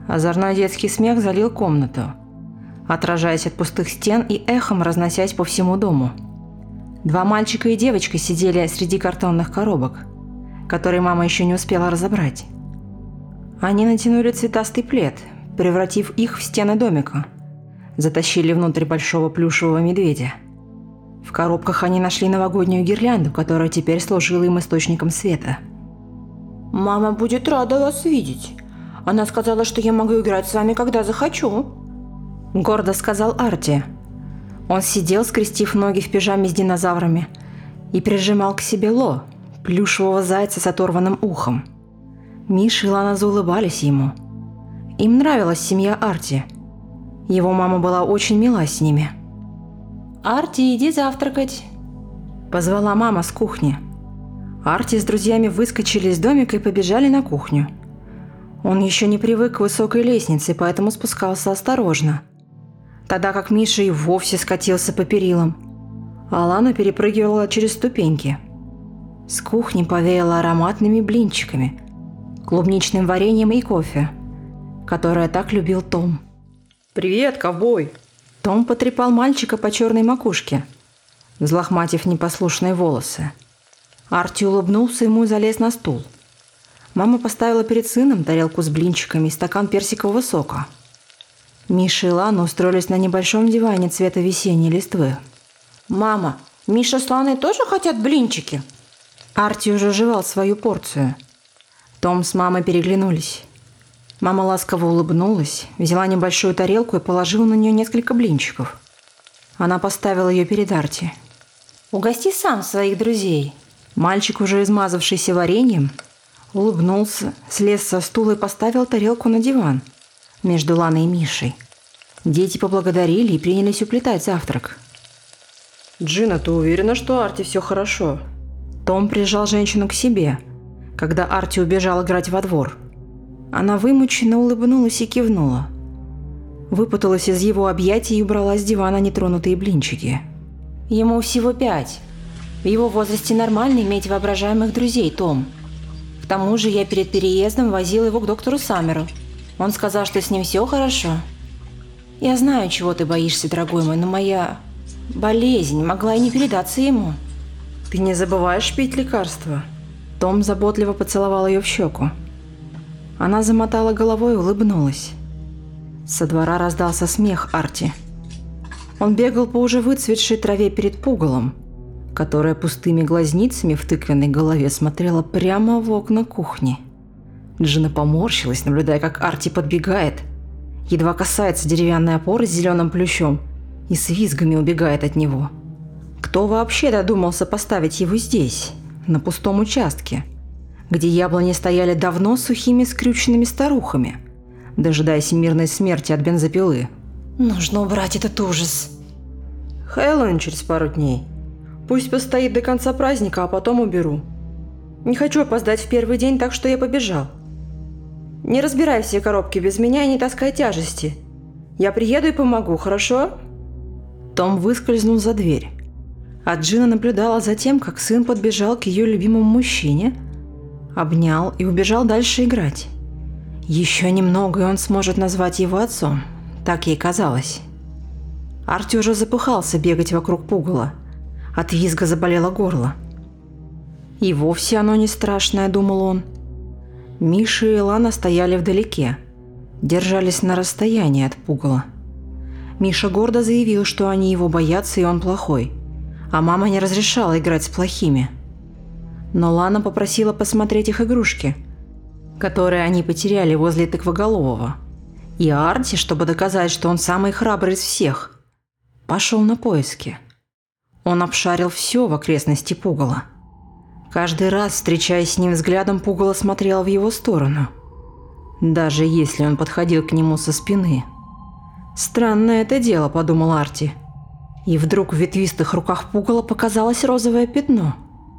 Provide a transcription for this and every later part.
Озорной детский смех залил комнату, отражаясь от пустых стен и эхом разносясь по всему дому. Два мальчика и девочка сидели среди картонных коробок, которые мама еще не успела разобрать. Они натянули цветастый плед, превратив их в стены домика. Затащили внутрь большого плюшевого медведя. В коробках они нашли новогоднюю гирлянду, которая теперь служила им источником света. «Мама будет рада вас видеть. Она сказала, что я могу играть с вами, когда захочу», – гордо сказал Арти. Он сидел, скрестив ноги в пижаме с динозаврами, и прижимал к себе Ло, плюшевого зайца с оторванным ухом. Миша и Лана заулыбались ему. Им нравилась семья Арти. Его мама была очень мила с ними. «Арти, иди завтракать», – позвала мама с кухни. Арти с друзьями выскочили из домика и побежали на кухню. Он еще не привык к высокой лестнице, поэтому спускался осторожно, тогда как Миша и вовсе скатился по перилам, а Лана перепрыгивала через ступеньки. С кухни повеяло ароматными блинчиками, клубничным вареньем и кофе, которое так любил Том. «Привет, ковбой!» Том потрепал мальчика по черной макушке, взлохматив непослушные волосы. Арти улыбнулся ему и залез на стул. Мама поставила перед сыном тарелку с блинчиками и стакан персикового сока. Миша и Лана устроились на небольшом диване цвета весенней листвы. «Мама, Миша с Ланой тоже хотят блинчики?» Арти уже жевал свою порцию. Том с мамой переглянулись. Мама ласково улыбнулась, взяла небольшую тарелку и положила на нее несколько блинчиков. Она поставила ее перед Арти. «Угости сам своих друзей». Мальчик, уже измазавшийся вареньем, улыбнулся, слез со стула и поставил тарелку на диван между Ланой и Мишей. Дети поблагодарили и принялись уплетать завтрак. «Джина, ты уверена, что Арти все хорошо?» Том прижал женщину к себе, когда Арти убежал играть во двор. Она вымученно улыбнулась и кивнула. Выпуталась из его объятий и убрала с дивана нетронутые блинчики. «Ему всего 5. В его возрасте нормально иметь воображаемых друзей, Том. К тому же я перед переездом возила его к доктору Саммеру. Он сказал, что с ним все хорошо. Я знаю, чего ты боишься, дорогой мой, но моя болезнь могла и не передаться ему». «Ты не забываешь пить лекарства?» Том заботливо поцеловал ее в щеку. Она замотала головой и улыбнулась. Со двора раздался смех Арти. Он бегал по уже выцветшей траве перед пугалом, которая пустыми глазницами в тыквенной голове смотрела прямо в окна кухни. Джина поморщилась, наблюдая, как Арти подбегает, едва касается деревянной опоры с зеленым плющом и с визгами убегает от него. Кто вообще додумался поставить его здесь, на пустом участке, где яблони стояли давно сухими скрюченными старухами, дожидаясь мирной смерти от бензопилы? «Нужно убрать этот ужас». «Хэллоуин через пару дней. Пусть постоит до конца праздника, а потом уберу. Не хочу опоздать в первый день, так что я побежал. Не разбирай все коробки без меня и не таскай тяжести. Я приеду и помогу, хорошо?» Том выскользнул за дверь, а Джина наблюдала за тем, как сын подбежал к ее любимому мужчине, обнял и убежал дальше играть. Еще немного, и он сможет назвать его отцом, так ей казалось. Арти уже запыхался бегать вокруг пугала. От визга заболело горло. И вовсе оно не страшное, думал он. Миша и Лана стояли вдалеке, держались на расстоянии от пугала. Миша гордо заявил, что они его боятся и он плохой, а мама не разрешала играть с плохими. Но Лана попросила посмотреть их игрушки, которые они потеряли возле тыквоголового. И Арти, чтобы доказать, что он самый храбрый из всех, пошел на поиски. Он обшарил все в окрестности пугала. Каждый раз, встречаясь с ним взглядом, пугало смотрел в его сторону, даже если он подходил к нему со спины. «Странное это дело», – подумал Арти. И вдруг в ветвистых руках пугала показалось розовое пятно.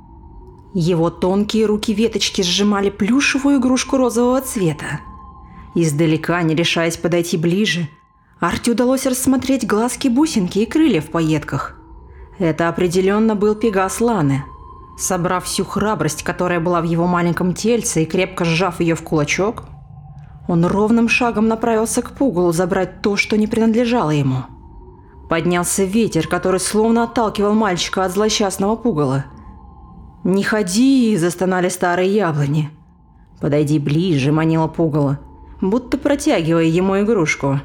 Его тонкие руки-веточки сжимали плюшевую игрушку розового цвета. Издалека, не решаясь подойти ближе, Арти удалось рассмотреть глазки-бусинки и крылья в пайетках. Это определенно был пегас Ланы. Собрав всю храбрость, которая была в его маленьком тельце, и крепко сжав ее в кулачок, Он ровным шагом направился к пугалу забрать то, что не принадлежало ему. Поднялся ветер, который словно отталкивал мальчика от злосчастного пугала. «Не ходи!» – застонали старые яблони. «Подойди ближе!» – манила пугало, будто протягивая ему игрушку.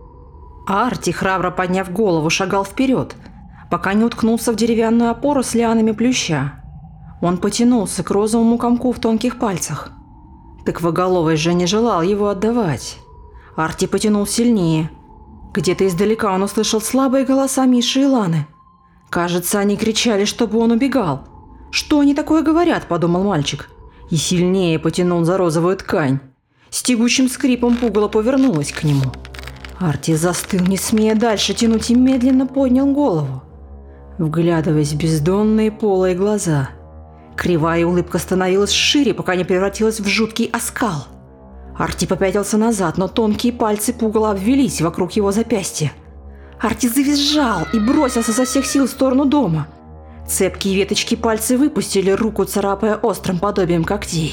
Арти, храбро подняв голову, шагал вперед, пока не уткнулся в деревянную опору с лианами плюща. Он потянулся к розовому комку в тонких пальцах. Тыквоголовый же не желал его отдавать. Арти потянул сильнее. Где-то издалека он услышал слабые голоса Миши и Ланы. Кажется, они кричали, чтобы он убегал. «Что они такое говорят?» – подумал мальчик. И сильнее потянул за розовую ткань. С тягучим скрипом пугало повернулось к нему. Арти застыл, не смея дальше тянуть, и медленно поднял голову, вглядываясь в бездонные полые глаза. Кривая улыбка становилась шире, пока не превратилась в жуткий оскал. Арти попятился назад, но тонкие пальцы пугала обвелись вокруг его запястья. Арти завизжал и бросился со всех сил в сторону дома. Цепкие веточки пальцы выпустили руку, царапая острым подобием когтей.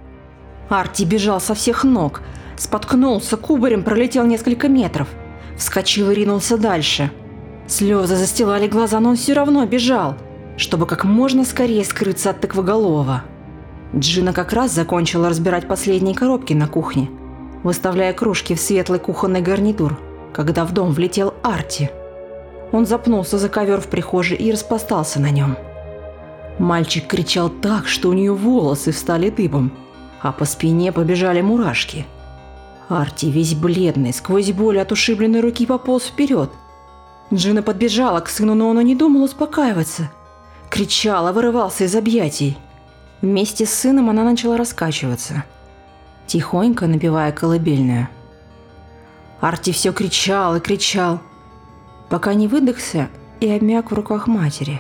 Арти бежал со всех ног, споткнулся, кубарем пролетел несколько метров, вскочил и ринулся дальше. Слезы застилали глаза, но он все равно бежал, чтобы как можно скорее скрыться от тыквоголового. Джина как раз закончила разбирать последние коробки на кухне, выставляя кружки в светлый кухонный гарнитур, когда в дом влетел Арти. Он запнулся за ковер в прихожей и распластался на нем. Мальчик кричал так, что у нее волосы встали дыбом, а по спине побежали мурашки. Арти, весь бледный, сквозь боль от ушибленной руки пополз вперед. Джина подбежала к сыну, но он и не думал успокаиваться. Кричал, вырывался из объятий. Вместе с сыном она начала раскачиваться, тихонько напевая колыбельную. Арти все кричал и кричал, пока не выдохся и обмяк в руках матери.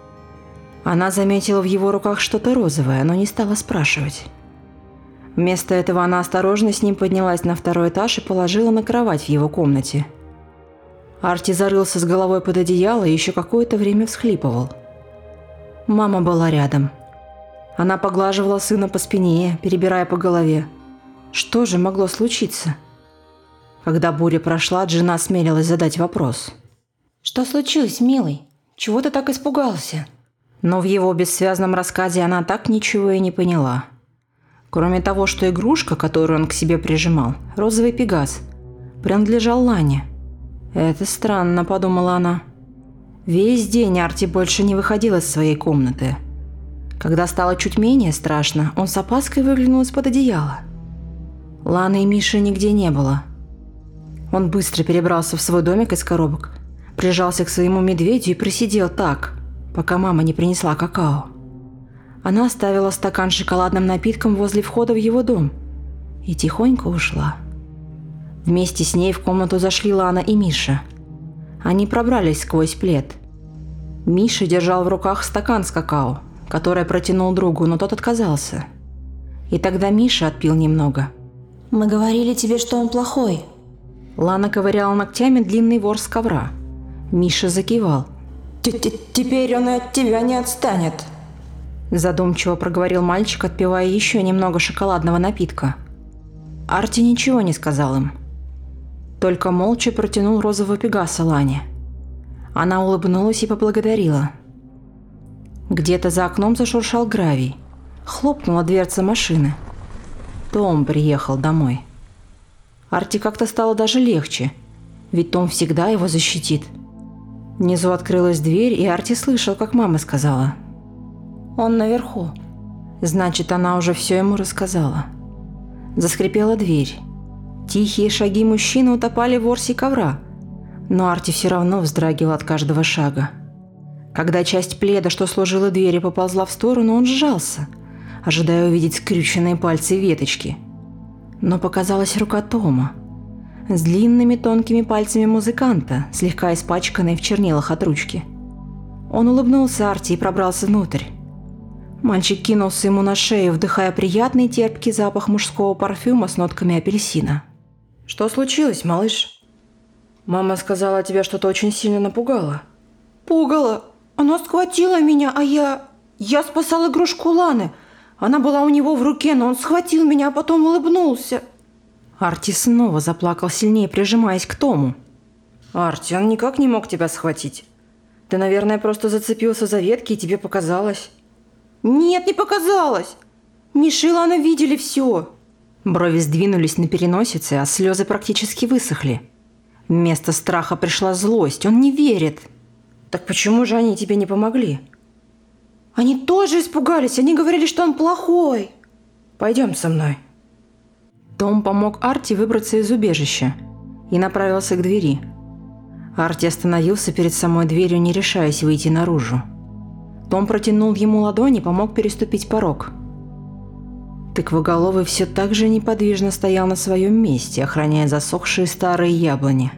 Она заметила в его руках что-то розовое, но не стала спрашивать. Вместо этого она осторожно с ним поднялась на второй этаж и положила на кровать в его комнате. Арти зарылся с головой под одеяло и еще какое-то время всхлипывал. Мама была рядом. Она поглаживала сына по спине, перебирая по голове. Что же могло случиться? Когда буря прошла, Джина осмелилась задать вопрос. «Что случилось, милый? Чего ты так испугался?» Но в его бессвязном рассказе она так ничего и не поняла. Кроме того, что игрушка, которую он к себе прижимал, розовый пегас, принадлежал Лане. «Это странно», – подумала она. Весь день Арти больше не выходил из своей комнаты. Когда стало чуть менее страшно, он с опаской выглянул из-под одеяла. Ланы и Миши нигде не было. Он быстро перебрался в свой домик из коробок, прижался к своему медведю и просидел так, пока мама не принесла какао. Она оставила стакан с шоколадным напитком возле входа в его дом и тихонько ушла. Вместе с ней в комнату зашли Лана и Миша. Они пробрались сквозь плед. Миша держал в руках стакан с какао, который протянул другу, но тот отказался. И тогда Миша отпил немного. «Мы говорили тебе, что он плохой». Лана ковыряла ногтями длинный ворс с ковра. Миша закивал. «Теперь он и от тебя не отстанет», – задумчиво проговорил мальчик, отпивая еще немного шоколадного напитка. Арти ничего не сказал им. Только молча протянул розового пегаса Лане. Она улыбнулась и поблагодарила. Где-то за окном зашуршал гравий. Хлопнула дверца машины. Том приехал домой. Арти как-то стало даже легче, ведь Том всегда его защитит. Внизу открылась дверь, и Арти слышал, как мама сказала: «Он наверху». Значит, она уже все ему рассказала. Заскрипела дверь. Тихие шаги мужчины утопали в ворсе ковра, но Арти все равно вздрагивал от каждого шага. Когда часть пледа, что служила дверью, поползла в сторону, он сжался, ожидая увидеть скрюченные пальцы веточки. Но показалась рука Тома с длинными тонкими пальцами музыканта, слегка испачканной в чернилах от ручки. Он улыбнулся Арти и пробрался внутрь. Мальчик кинулся ему на шею, вдыхая приятный терпкий запах мужского парфюма с нотками апельсина. «Что случилось, малыш? Мама сказала, тебя что-то очень сильно напугало». «Пугало. Она схватила меня, а я спасал игрушку Ланы. Она была у него в руке, но он схватил меня, а потом улыбнулся». Арти снова заплакал сильнее, прижимаясь к Тому. Арти, он никак не мог тебя схватить. Ты, наверное, просто зацепился за ветки, и тебе показалось. Нет, не показалось. Миша и Лана видели все. Брови сдвинулись на переносице, а слезы практически высохли. Вместо страха пришла злость. Он не верит. Так почему же они тебе не помогли? Они тоже испугались. Они говорили, что он плохой. Пойдем со мной. Том помог Арти выбраться из убежища и направился к двери. Арти остановился перед самой дверью, не решаясь выйти наружу. Том протянул ему ладонь и помог переступить порог. Тыквоголовый все так же неподвижно стоял на своем месте, охраняя засохшие старые яблони.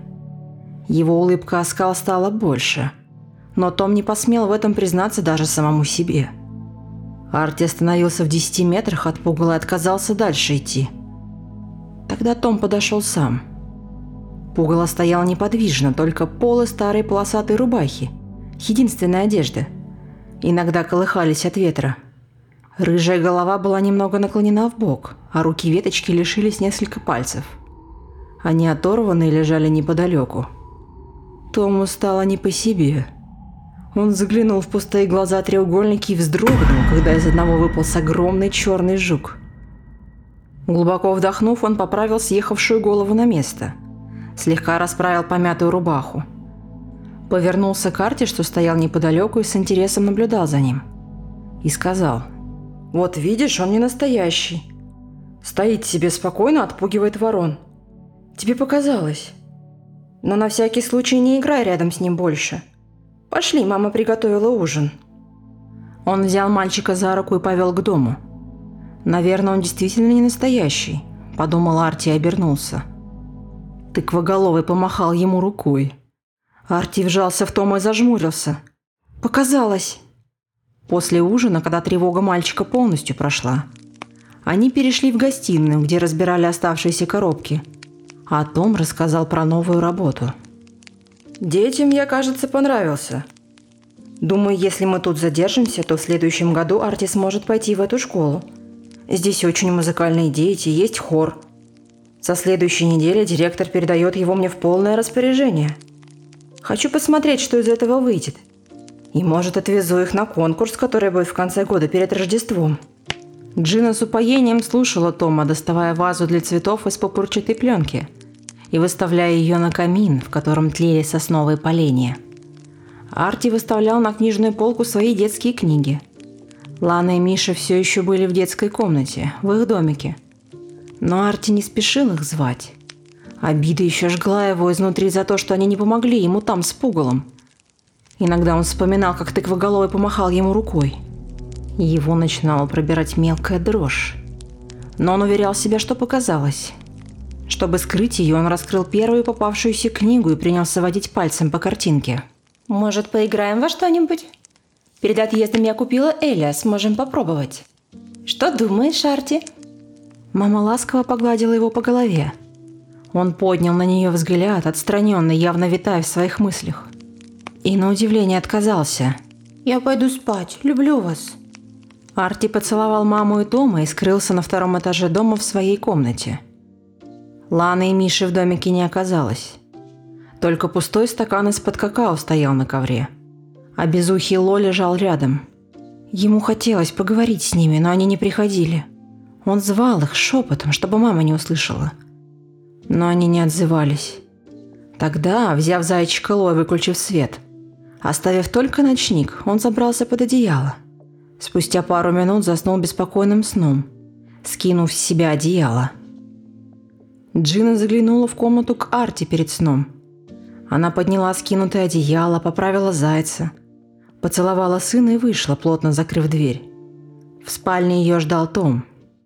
Его улыбка оскал стала больше, но Том не посмел в этом признаться даже самому себе. Арти остановился в 10 метрах от пугала и отказался дальше идти. Тогда Том подошел сам. Пугало стоял неподвижно, только полы старой полосатой рубахи, единственная одежда, иногда колыхались от ветра. Рыжая голова была немного наклонена вбок, а руки веточки лишились несколько пальцев. Они оторванные лежали неподалеку. Тому стало не по себе. Он заглянул в пустые глаза треугольники и вздрогнул, когда из одного выполз огромный черный жук. Глубоко вдохнув, он поправил съехавшую голову на место. Слегка расправил помятую рубаху. Повернулся к Арти, что стоял неподалеку и с интересом наблюдал за ним. И сказал: «Вот видишь, он не настоящий. Стоит себе спокойно, отпугивает ворон. Тебе показалось. Но на всякий случай не играй рядом с ним больше. Пошли, мама приготовила ужин». Он взял мальчика за руку и повел к дому. «Наверное, он действительно не настоящий», – подумал Арти и обернулся. Тыквоголовый помахал ему рукой. Арти вжался в Тома и зажмурился. «Показалось!» После ужина, когда тревога мальчика полностью прошла, они перешли в гостиную, где разбирали оставшиеся коробки, а Том рассказал про новую работу. «Детям я, кажется, понравился. Думаю, если мы тут задержимся, то в следующем году Арти сможет пойти в эту школу. Здесь очень музыкальные дети, есть хор. Со следующей недели директор передает его мне в полное распоряжение. Хочу посмотреть, что из этого выйдет. И, может, отвезу их на конкурс, который будет в конце года перед Рождеством». Джина с упоением слушала Тома, доставая вазу для цветов из пупырчатой пленки и выставляя ее на камин, в котором тлели сосновые поленья. Арти выставлял на книжную полку свои детские книги. Лана и Миша все еще были в детской комнате, в их домике. Но Арти не спешил их звать. Обида еще жгла его изнутри за то, что они не помогли ему там с пугалом. Иногда он вспоминал, как тыквоголовый помахал ему рукой. Его начинала пробирать мелкая дрожь. Но он уверял себя, что показалось. Чтобы скрыть ее, он раскрыл первую попавшуюся книгу и принялся водить пальцем по картинке. Может, поиграем во что-нибудь? Перед отъездом я купила Элиас, можем попробовать. Что думаешь, Арти? Мама ласково погладила его по голове. Он поднял на нее взгляд, отстраненный, явно витая в своих мыслях. И на удивление отказался. Я пойду спать, люблю вас. Арти поцеловал маму и Тома и скрылся на втором этаже дома в своей комнате. Ланы и Миши в домике не оказалось. Только пустой стакан из-под какао стоял на ковре, а безухий Ло лежал рядом. Ему хотелось поговорить с ними, но они не приходили. Он звал их шепотом, чтобы мама не услышала. Но они не отзывались. Тогда, взяв зайчика Ло и выключив свет, оставив только ночник, он забрался под одеяло. Спустя пару минут заснул беспокойным сном, скинув с себя одеяло. Джина заглянула в комнату к Арти перед сном. Она подняла скинутое одеяло, поправила зайца, поцеловала сына и вышла, плотно закрыв дверь. В спальне ее ждал Том.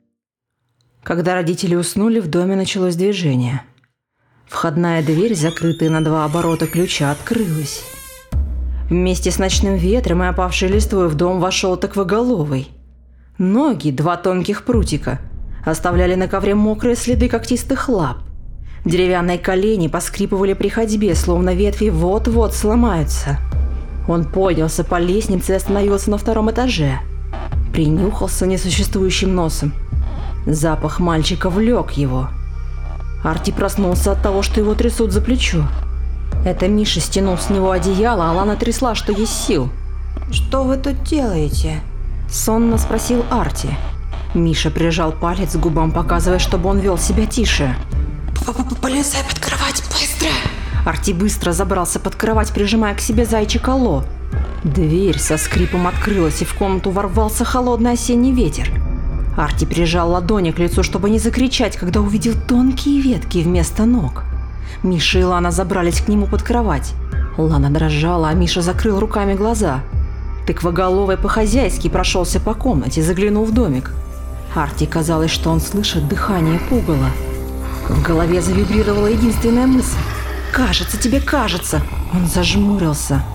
Когда родители уснули, в доме началось движение. Входная дверь, закрытая на 2 оборота ключа, открылась. Вместе с ночным ветром и опавшей листвой в дом вошел тыквоголовый. Ноги, 2 тонких прутика, оставляли на ковре мокрые следы когтистых лап. Деревянные колени поскрипывали при ходьбе, словно ветви вот-вот сломаются. Он поднялся по лестнице и остановился на 2-м этаже. Принюхался несуществующим носом. Запах мальчика влек его. Арти проснулся от того, что его трясут за плечо. Это Миша стянул с него одеяло, а Лана трясла, что есть сил. «Что вы тут делаете?» – сонно спросил Арти. Миша прижал палец к губам, показывая, чтобы он вел себя тише. «Полезай под кровать, быстро!» Арти быстро забрался под кровать, прижимая к себе зайчика Ло. Дверь со скрипом открылась, и в комнату ворвался холодный осенний ветер. Арти прижал ладони к лицу, чтобы не закричать, когда увидел тонкие ветки вместо ног. Миша и Лана забрались к нему под кровать. Лана дрожала, а Миша закрыл руками глаза. Тыквоголовый по-хозяйски прошелся по комнате, заглянул в домик. Арти казалось, что он слышит дыхание пугала. В голове завибрировала единственная мысль. «Кажется, тебе кажется!» Он зажмурился.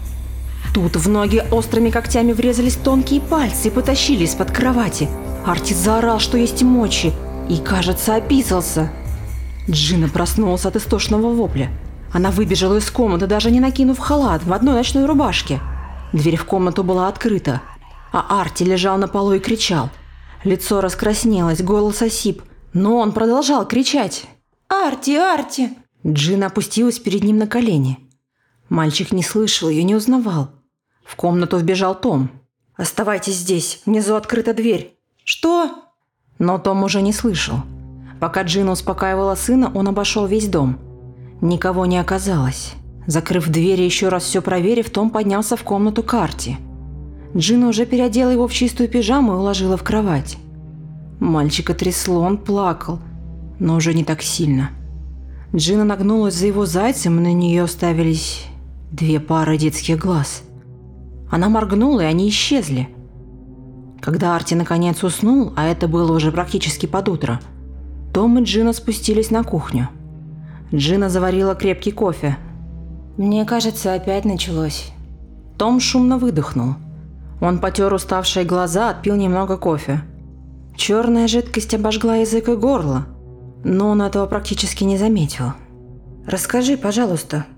Тут в ноги острыми когтями врезались тонкие пальцы и потащили из-под кровати. Арти заорал, что есть мочи, и, кажется, описался. Джина проснулась от истошного вопля. Она выбежала из комнаты, даже не накинув халат, в одной ночной рубашке. Дверь в комнату была открыта, а Арти лежал на полу и кричал. Лицо раскраснелось, голос осип, но он продолжал кричать. «Арти, Арти!» Джина опустилась перед ним на колени. Мальчик не слышал ее, не узнавал. В комнату вбежал Том. «Оставайтесь здесь, внизу открыта дверь». «Что?» Но Том уже не слышал. Пока Джина успокаивала сына, он обошел весь дом. Никого не оказалось. Закрыв дверь и еще раз все проверив, Том поднялся в комнату к Арти. Джина уже переодела его в чистую пижаму и уложила в кровать. Мальчика трясло, он плакал, но уже не так сильно. Джина нагнулась за его зайцем, и на нее уставились 2 пары детских глаз. Она моргнула, и они исчезли. Когда Арти наконец уснул, а это было уже практически под утро, Том и Джина спустились на кухню. Джина заварила крепкий кофе. «Мне кажется, опять началось». Том шумно выдохнул. Он потер уставшие глаза, отпил немного кофе. Черная жидкость обожгла язык и горло, но он этого практически не заметил. «Расскажи, пожалуйста».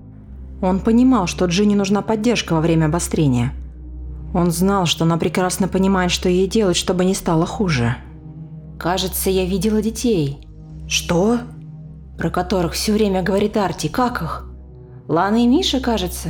Он понимал, что Джине нужна поддержка во время обострения. Он знал, что она прекрасно понимает, что ей делать, чтобы не стало хуже. «Кажется, я видела детей». «Что?» «Про которых все время говорит Арти. Как их?» «Лана и Миша, кажется.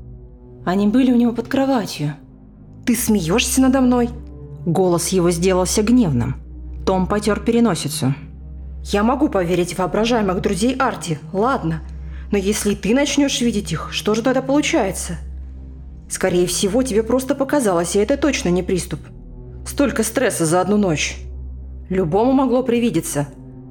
Они были у него под кроватью». «Ты смеешься надо мной?» Голос его сделался гневным. Том потер переносицу. «Я могу поверить в воображаемых друзей Арти, ладно. Но если ты начнешь видеть их, что же тогда получается? Скорее всего, тебе просто показалось, и это точно не приступ. Столько стресса за одну ночь. Любому могло привидеться».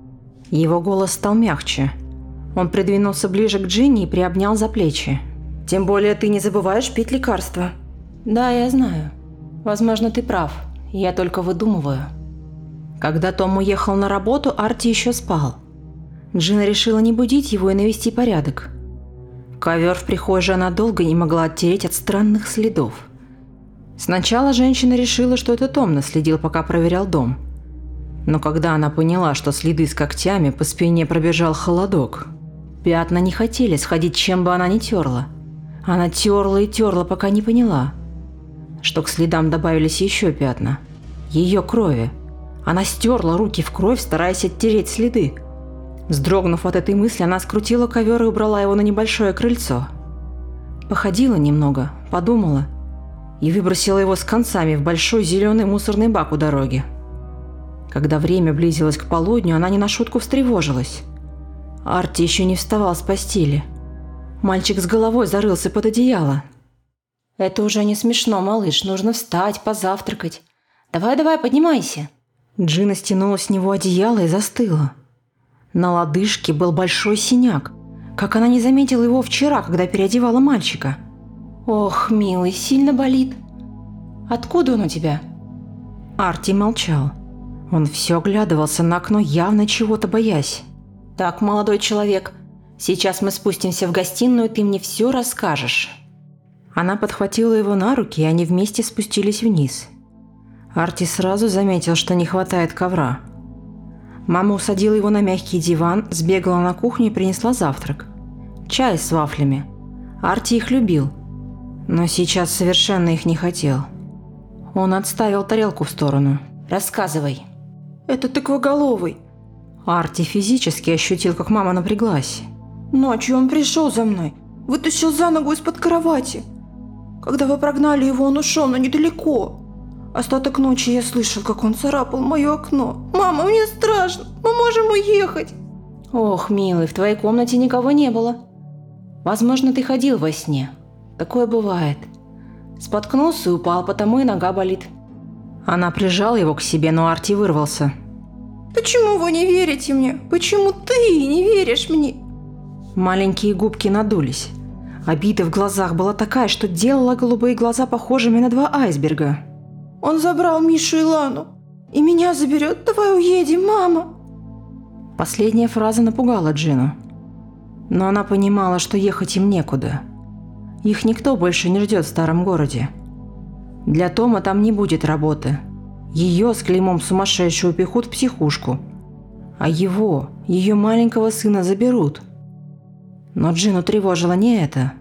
Его голос стал мягче. Он придвинулся ближе к Джинни и приобнял за плечи. «Тем более ты не забываешь пить лекарства». «Да, я знаю. Возможно, ты прав. Я только выдумываю». Когда Том уехал на работу, Арти еще спал. Джина решила не будить его и навести порядок. Ковер в прихожей она долго не могла оттереть от странных следов. Сначала женщина решила, что это Том наследил, пока проверял дом. Но когда она поняла, что следы с когтями, по спине пробежал холодок. Пятна не хотели сходить, чем бы она ни терла. Она терла и терла, пока не поняла, что к следам добавились еще пятна. Ее крови. Она стерла руки в кровь, стараясь оттереть следы. Вздрогнув от этой мысли, она скрутила ковер и убрала его на небольшое крыльцо. Походила немного, подумала и выбросила его с концами в большой зеленый мусорный бак у дороги. Когда время близилось к полудню, она не на шутку встревожилась. Арти еще не вставал с постели. Мальчик с головой зарылся под одеяло. «Это уже не смешно, малыш. Нужно встать, позавтракать. Давай, поднимайся». Джина стянула с него одеяло и застыла. На лодыжке был большой синяк. Как она не заметила его вчера, когда переодевала мальчика. «Ох, милый, сильно болит. Откуда он у тебя?» Арти молчал. Он все оглядывался на окно, явно чего-то боясь. «Так, молодой человек, сейчас мы спустимся в гостиную, ты мне все расскажешь». Она подхватила его на руки, и они вместе спустились вниз. Арти сразу заметил, что не хватает ковра. Мама усадила его на мягкий диван, сбегала на кухню и принесла завтрак. Чай с вафлями. Арти их любил, но сейчас совершенно их не хотел. Он отставил тарелку в сторону. «Рассказывай». «Это тыквоголовый». Арти физически ощутил, как мама напряглась. Ночью он пришел за мной, вытащил за ногу из-под кровати. Когда вы прогнали его, он ушел, но недалеко. Остаток ночи я слышал, как он царапал мое окно. «Мама, мне страшно, мы можем уехать!» Ох, милый, в твоей комнате никого не было. Возможно, ты ходил во сне. Такое бывает. Споткнулся и упал, потому и нога болит. Она прижала его к себе, но Арти вырвался. «Почему вы не верите мне? Почему ты не веришь мне?» Маленькие губки надулись. Обида в глазах была такая, что делала голубые глаза похожими на два айсберга. «Он забрал Мишу и Лану. И меня заберет. Давай уедем, мама!» Последняя фраза напугала Джину. Но она понимала, что ехать им некуда. Их никто больше не ждет в старом городе. Для Тома там не будет работы. Ее с клеймом сумасшедшую упекут в психушку. А его, ее маленького сына заберут. Но Джину тревожило не это.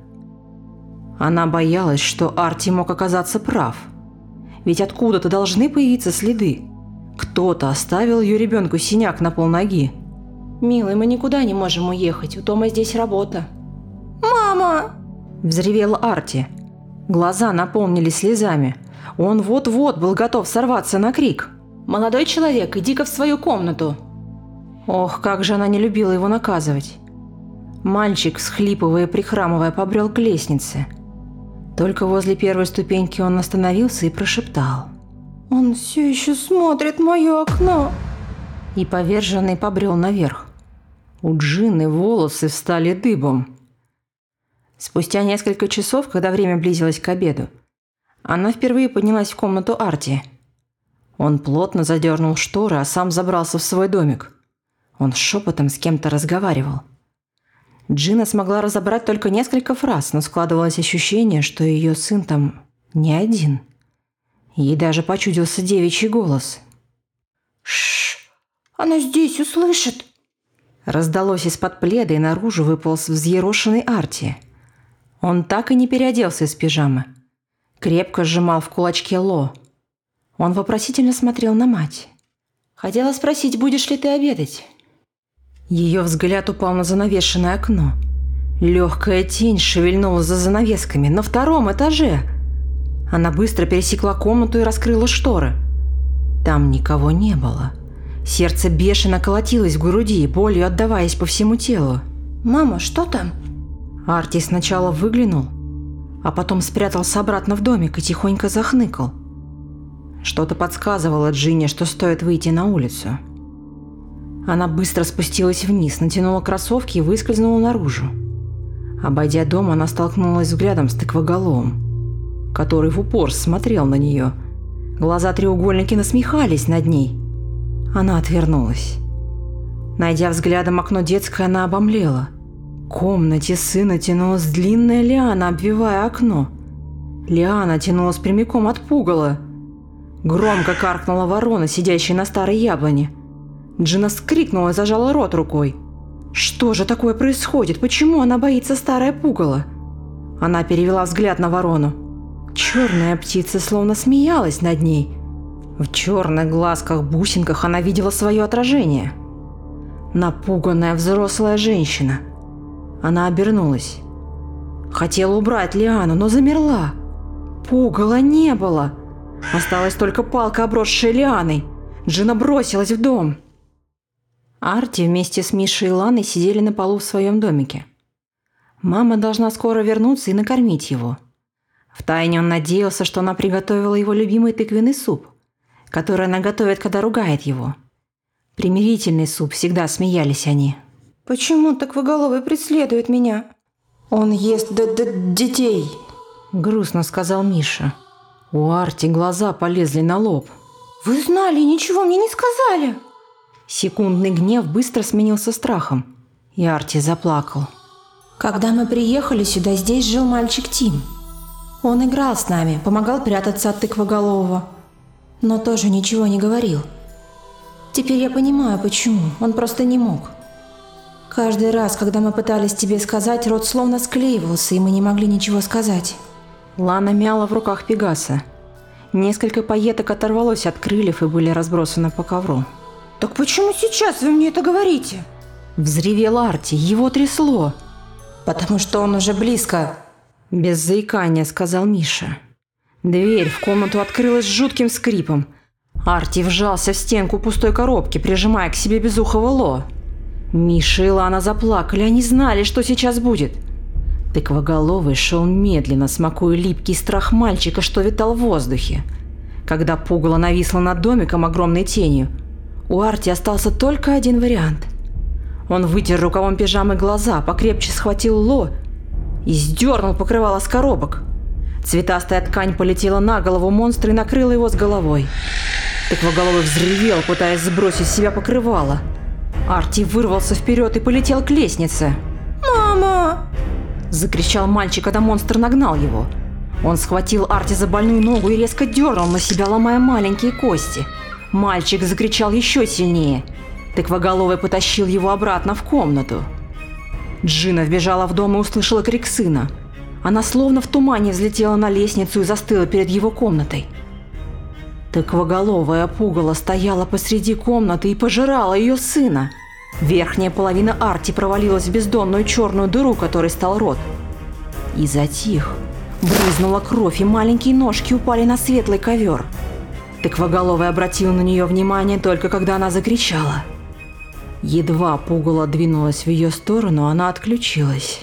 Она боялась, что Арти мог оказаться прав. Ведь откуда-то должны появиться следы. Кто-то оставил ее ребенку синяк на полноги. Милый, мы никуда не можем уехать, у Тома здесь работа. «Мама!» – взревел Арти. Глаза наполнились слезами. Он вот-вот был готов сорваться на крик. Молодой человек, иди-ка в свою комнату. Ох, как же она не любила его наказывать. Мальчик, всхлипывая и прихрамывая, побрел к лестнице. Только возле первой ступеньки он остановился и прошептал. «Он все еще смотрит в мое окно!» И поверженный побрел наверх. У Джины волосы встали дыбом. Спустя несколько часов, когда время близилось к обеду, она впервые поднялась в комнату Арти. Он плотно задернул шторы, а сам забрался в свой домик. Он шепотом с кем-то разговаривал. Джина смогла разобрать только несколько фраз, но складывалось ощущение, что ее сын там не один. Ей даже почудился девичий голос. «Шш! Она здесь услышит!» Раздалось из-под пледа, и наружу выполз взъерошенный Арти. Он так и не переоделся из пижамы. Крепко сжимал в кулачке Ло. Он вопросительно смотрел на мать. Хотела спросить, будешь ли ты обедать? Ее взгляд упал на занавешенное окно. Легкая тень шевельнулась за занавесками на втором этаже. Она быстро пересекла комнату и раскрыла шторы. Там никого не было. Сердце бешено колотилось в груди, болью отдаваясь по всему телу. «Мама, что там?» Арти сначала выглянул, а потом спрятался обратно в домик и тихонько захныкал. Что-то подсказывало Джине, что стоит выйти на улицу. Она быстро спустилась вниз, натянула кроссовки и выскользнула наружу. Обойдя дом, она столкнулась взглядом с тыквоголовым, который в упор смотрел на нее. Глаза-треугольники насмехались над ней. Она отвернулась. Найдя взглядом окно детской, она обомлела. К комнате сына тянулась длинная лиана, обвивая окно. Лиана тянулась прямиком от пугала. Громко каркнула ворона, сидящая на старой яблоне. Джина вскрикнула и зажала рот рукой. Что же такое происходит? Почему она боится старое пугало? Она перевела взгляд на ворону. Черная птица словно смеялась над ней. В черных глазках-бусинках она видела свое отражение. Напуганная взрослая женщина. Она обернулась. Хотела убрать лиану, но замерла. Пугала не было. Осталась только палка, обросшая лианой. Джина бросилась в дом. Арти вместе с Мишей и Ланой сидели на полу в своем домике. Мама должна скоро вернуться и накормить его. Втайне он надеялся, что она приготовила его любимый тыквенный суп, который она готовит, когда ругает его. Примирительный суп, всегда смеялись они. «Почему тыквоголовый преследует меня? Он ест детей!» Грустно сказал Миша. У Арти глаза полезли на лоб. «Вы знали и ничего мне не сказали!» Секундный гнев быстро сменился страхом, и Арти заплакал. Когда мы приехали сюда, здесь жил мальчик Тим. Он играл с нами, помогал прятаться от тыквоголового, но тоже ничего не говорил. Теперь я понимаю, почему. Он просто не мог. Каждый раз, когда мы пытались тебе сказать, рот словно склеивался, и мы не могли ничего сказать. Лана мяла в руках Пегаса. Несколько пайеток оторвалось от крыльев и были разбросаны по ковру. Так почему сейчас вы мне это говорите? Взревел Арти, его трясло. Потому что он уже близко. Без заикания сказал Миша. Дверь в комнату открылась с жутким скрипом. Арти вжался в стенку пустой коробки, прижимая к себе безухого Ло. Миша и Лана заплакали, они знали, что сейчас будет. Тыквоголовый шел медленно, смакуя липкий страх мальчика, что витал в воздухе. Когда пугало нависло над домиком огромной тенью, у Арти остался только один вариант. Он вытер рукавом пижамы глаза, покрепче схватил Ло и сдернул покрывало с коробок. Цветастая ткань полетела на голову монстра и накрыла его с головой. Тыквоголовый взревел, пытаясь сбросить с себя покрывало. Арти вырвался вперед и полетел к лестнице. «Мама!» – закричал мальчик, когда монстр нагнал его. Он схватил Арти за больную ногу и резко дернул на себя, ломая маленькие кости. Мальчик закричал еще сильнее. Тыквоголовый потащил его обратно в комнату. Джина вбежала в дом и услышала крик сына. Она словно в тумане взлетела на лестницу и застыла перед его комнатой. Тыквоголовая пугало стояла посреди комнаты и пожирала ее сына. Верхняя половина Арти провалилась в бездонную черную дыру, которой стал рот. И затих. Брызнула кровь, и маленькие ножки упали на светлый ковер. Тыквоголовый обратил на нее внимание только когда она закричала. Едва пугало двинулась в ее сторону, она отключилась.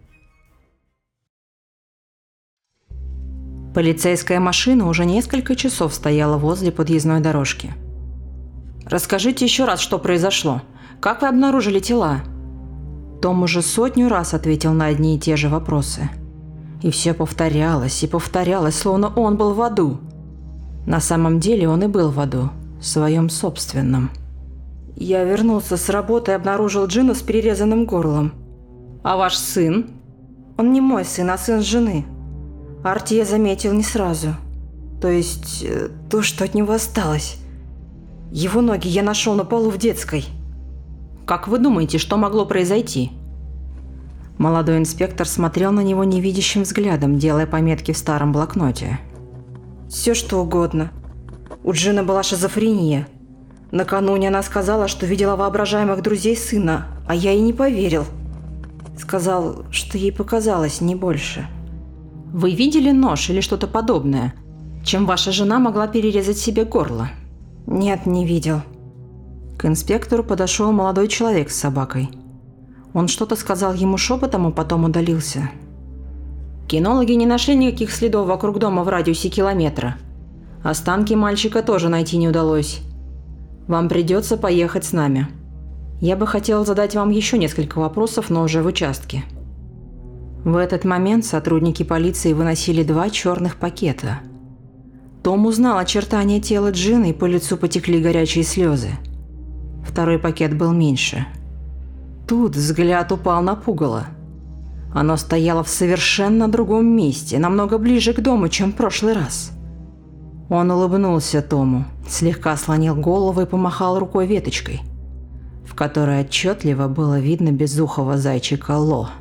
Полицейская машина уже несколько часов стояла возле подъездной дорожки. «Расскажите еще раз, что произошло. Как вы обнаружили тела?» Том уже 100 раз ответил на одни и те же вопросы. И все повторялось и повторялось, словно он был в аду. На самом деле он и был в аду, своем собственном. Я вернулся с работы и обнаружил Джину с перерезанным горлом. «А ваш сын?» Он не мой сын, а сын жены. Арти я заметил не сразу. То есть, то, что от него осталось. Его ноги я нашел на полу в детской. «Как вы думаете, что могло произойти?» Молодой инспектор смотрел на него невидящим взглядом, делая пометки в старом блокноте. Все что угодно. У Джины была шизофрения. Накануне она сказала, что видела воображаемых друзей сына, а я ей не поверил. Сказал, что ей показалось, не больше. «Вы видели нож или что-то подобное, чем ваша жена могла перерезать себе горло?» Нет, не видел. К инспектору подошел молодой человек с собакой. Он что-то сказал ему шепотом, а потом удалился. Кинологи не нашли никаких следов вокруг дома в радиусе километра. Останки мальчика тоже найти не удалось. Вам придется поехать с нами. Я бы хотел задать вам еще несколько вопросов, но уже в участке. В этот момент сотрудники полиции выносили 2 черных пакета. Том узнал очертания тела Джины, и по лицу потекли горячие слезы. Второй пакет был меньше. Тут взгляд упал на пугало. Оно стояло в совершенно другом месте, намного ближе к дому, чем в прошлый раз. Он улыбнулся Тому, слегка склонил голову и помахал рукой веточкой, в которой отчетливо было видно безухого зайчика Ло.